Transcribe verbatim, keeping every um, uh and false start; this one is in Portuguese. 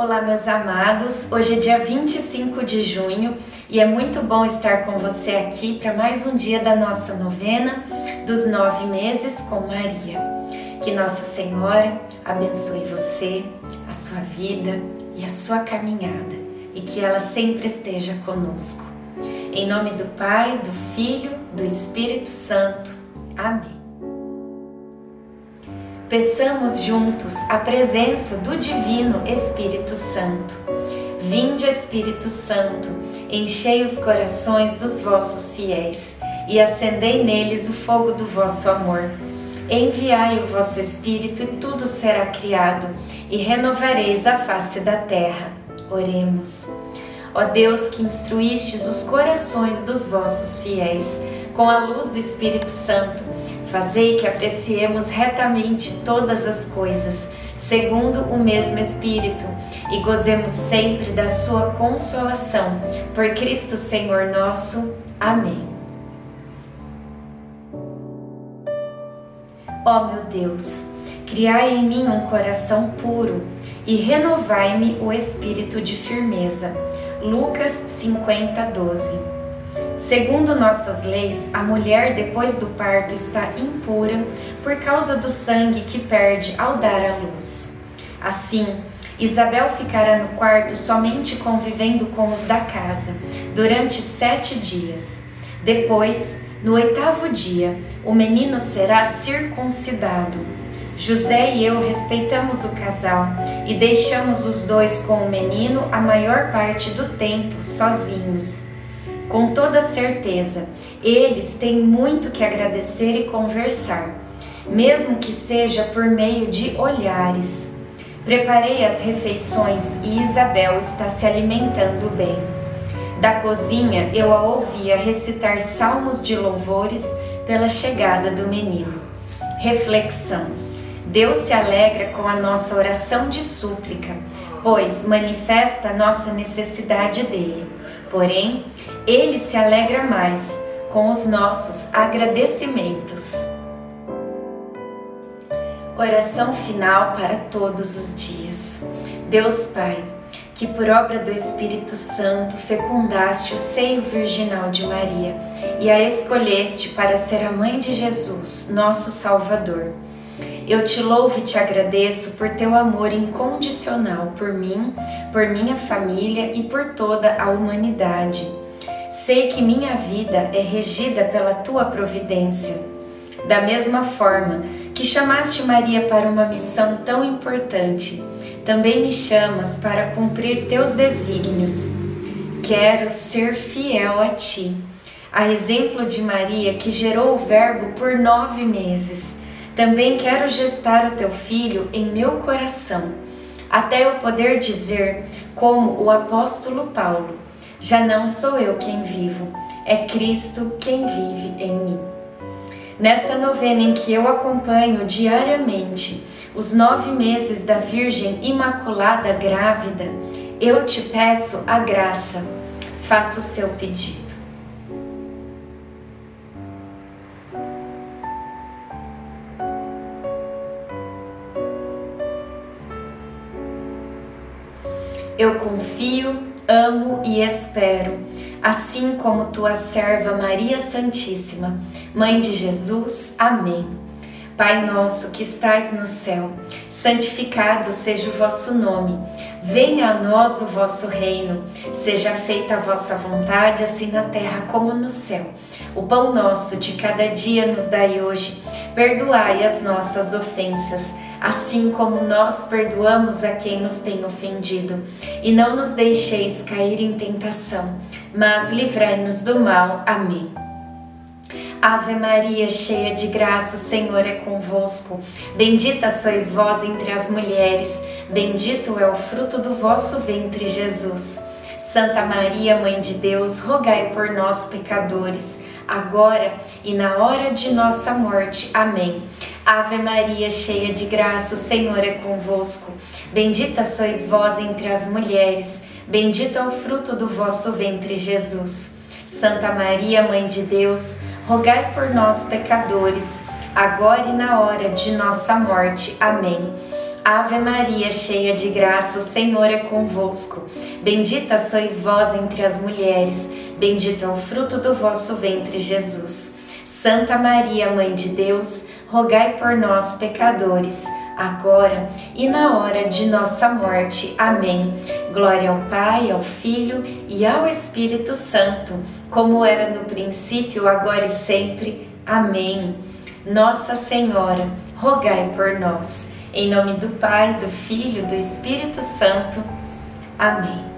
Olá, meus amados, hoje é dia vinte e cinco de junho e é muito bom estar com você aqui para mais um dia da nossa novena dos nove meses com Maria. Que Nossa Senhora abençoe você, a sua vida e a sua caminhada e que ela sempre esteja conosco. Em nome do Pai, do Filho, do Espírito Santo. Amém. Peçamos juntos a presença do Divino Espírito Santo. Vinde, Espírito Santo, enchei os corações dos vossos fiéis e acendei neles o fogo do vosso amor. Enviai o vosso Espírito e tudo será criado e renovareis a face da terra. Oremos. Ó Deus, que instruístes os corações dos vossos fiéis com a luz do Espírito Santo, fazei que apreciemos retamente todas as coisas, segundo o mesmo Espírito, e gozemos sempre da sua consolação. Por Cristo Senhor nosso. Amém. Ó meu Deus, criai em mim um coração puro e renovai-me o espírito de firmeza. Lucas cinquenta, doze. Segundo nossas leis, a mulher depois do parto está impura por causa do sangue que perde ao dar à luz. Assim, Isabel ficará no quarto somente convivendo com os da casa, durante sete dias. Depois, no oitavo dia, o menino será circuncidado. José e eu respeitamos o casal e deixamos os dois com o menino a maior parte do tempo sozinhos. Com toda certeza, eles têm muito que agradecer e conversar, mesmo que seja por meio de olhares. Preparei as refeições e Isabel está se alimentando bem. Da cozinha eu a ouvia recitar salmos de louvores pela chegada do menino. Reflexão: Deus se alegra com a nossa oração de súplica, pois manifesta a nossa necessidade dele. Porém, ele se alegra mais com os nossos agradecimentos. Oração final para todos os dias. Deus Pai, que por obra do Espírito Santo fecundaste o seio virginal de Maria e a escolheste para ser a mãe de Jesus, nosso Salvador. Eu te louvo e te agradeço por teu amor incondicional por mim, por minha família e por toda a humanidade. Sei que minha vida é regida pela tua providência. Da mesma forma que chamaste Maria para uma missão tão importante, também me chamas para cumprir teus desígnios. Quero ser fiel a ti, a exemplo de Maria que gerou o Verbo por nove meses. Também quero gestar o teu filho em meu coração, até eu poder dizer, como o apóstolo Paulo: já não sou eu quem vivo, é Cristo quem vive em mim. Nesta novena em que eu acompanho diariamente os nove meses da Virgem Imaculada Grávida, eu te peço a graça. Faça o seu pedido. Eu confio, amo e espero, assim como tua serva Maria Santíssima, Mãe de Jesus. Amém. Pai nosso que estais no céu, santificado seja o vosso nome. Venha a nós o vosso reino. Seja feita a vossa vontade, assim na terra como no céu. O pão nosso de cada dia nos dai hoje. Perdoai as nossas ofensas, assim como nós perdoamos a quem nos tem ofendido. E não nos deixeis cair em tentação, mas livrai-nos do mal. Amém. Ave Maria, cheia de graça, o Senhor é convosco. Bendita sois vós entre as mulheres, bendito é o fruto do vosso ventre, Jesus. Santa Maria, Mãe de Deus, rogai por nós, pecadores, agora e na hora de nossa morte. Amém. Ave Maria, cheia de graça, o Senhor é convosco. Bendita sois vós entre as mulheres, bendito é o fruto do vosso ventre, Jesus. Santa Maria, Mãe de Deus, rogai por nós, pecadores, agora e na hora de nossa morte. Amém. Ave Maria, cheia de graça, o Senhor é convosco. Bendita sois vós entre as mulheres, bendito é o fruto do vosso ventre, Jesus. Santa Maria, Mãe de Deus, rogai por nós, pecadores, agora e na hora de nossa morte. Amém. Glória ao Pai, ao Filho e ao Espírito Santo, como era no princípio, agora e sempre. Amém. Nossa Senhora, rogai por nós. Em nome do Pai, do Filho e do Espírito Santo. Amém.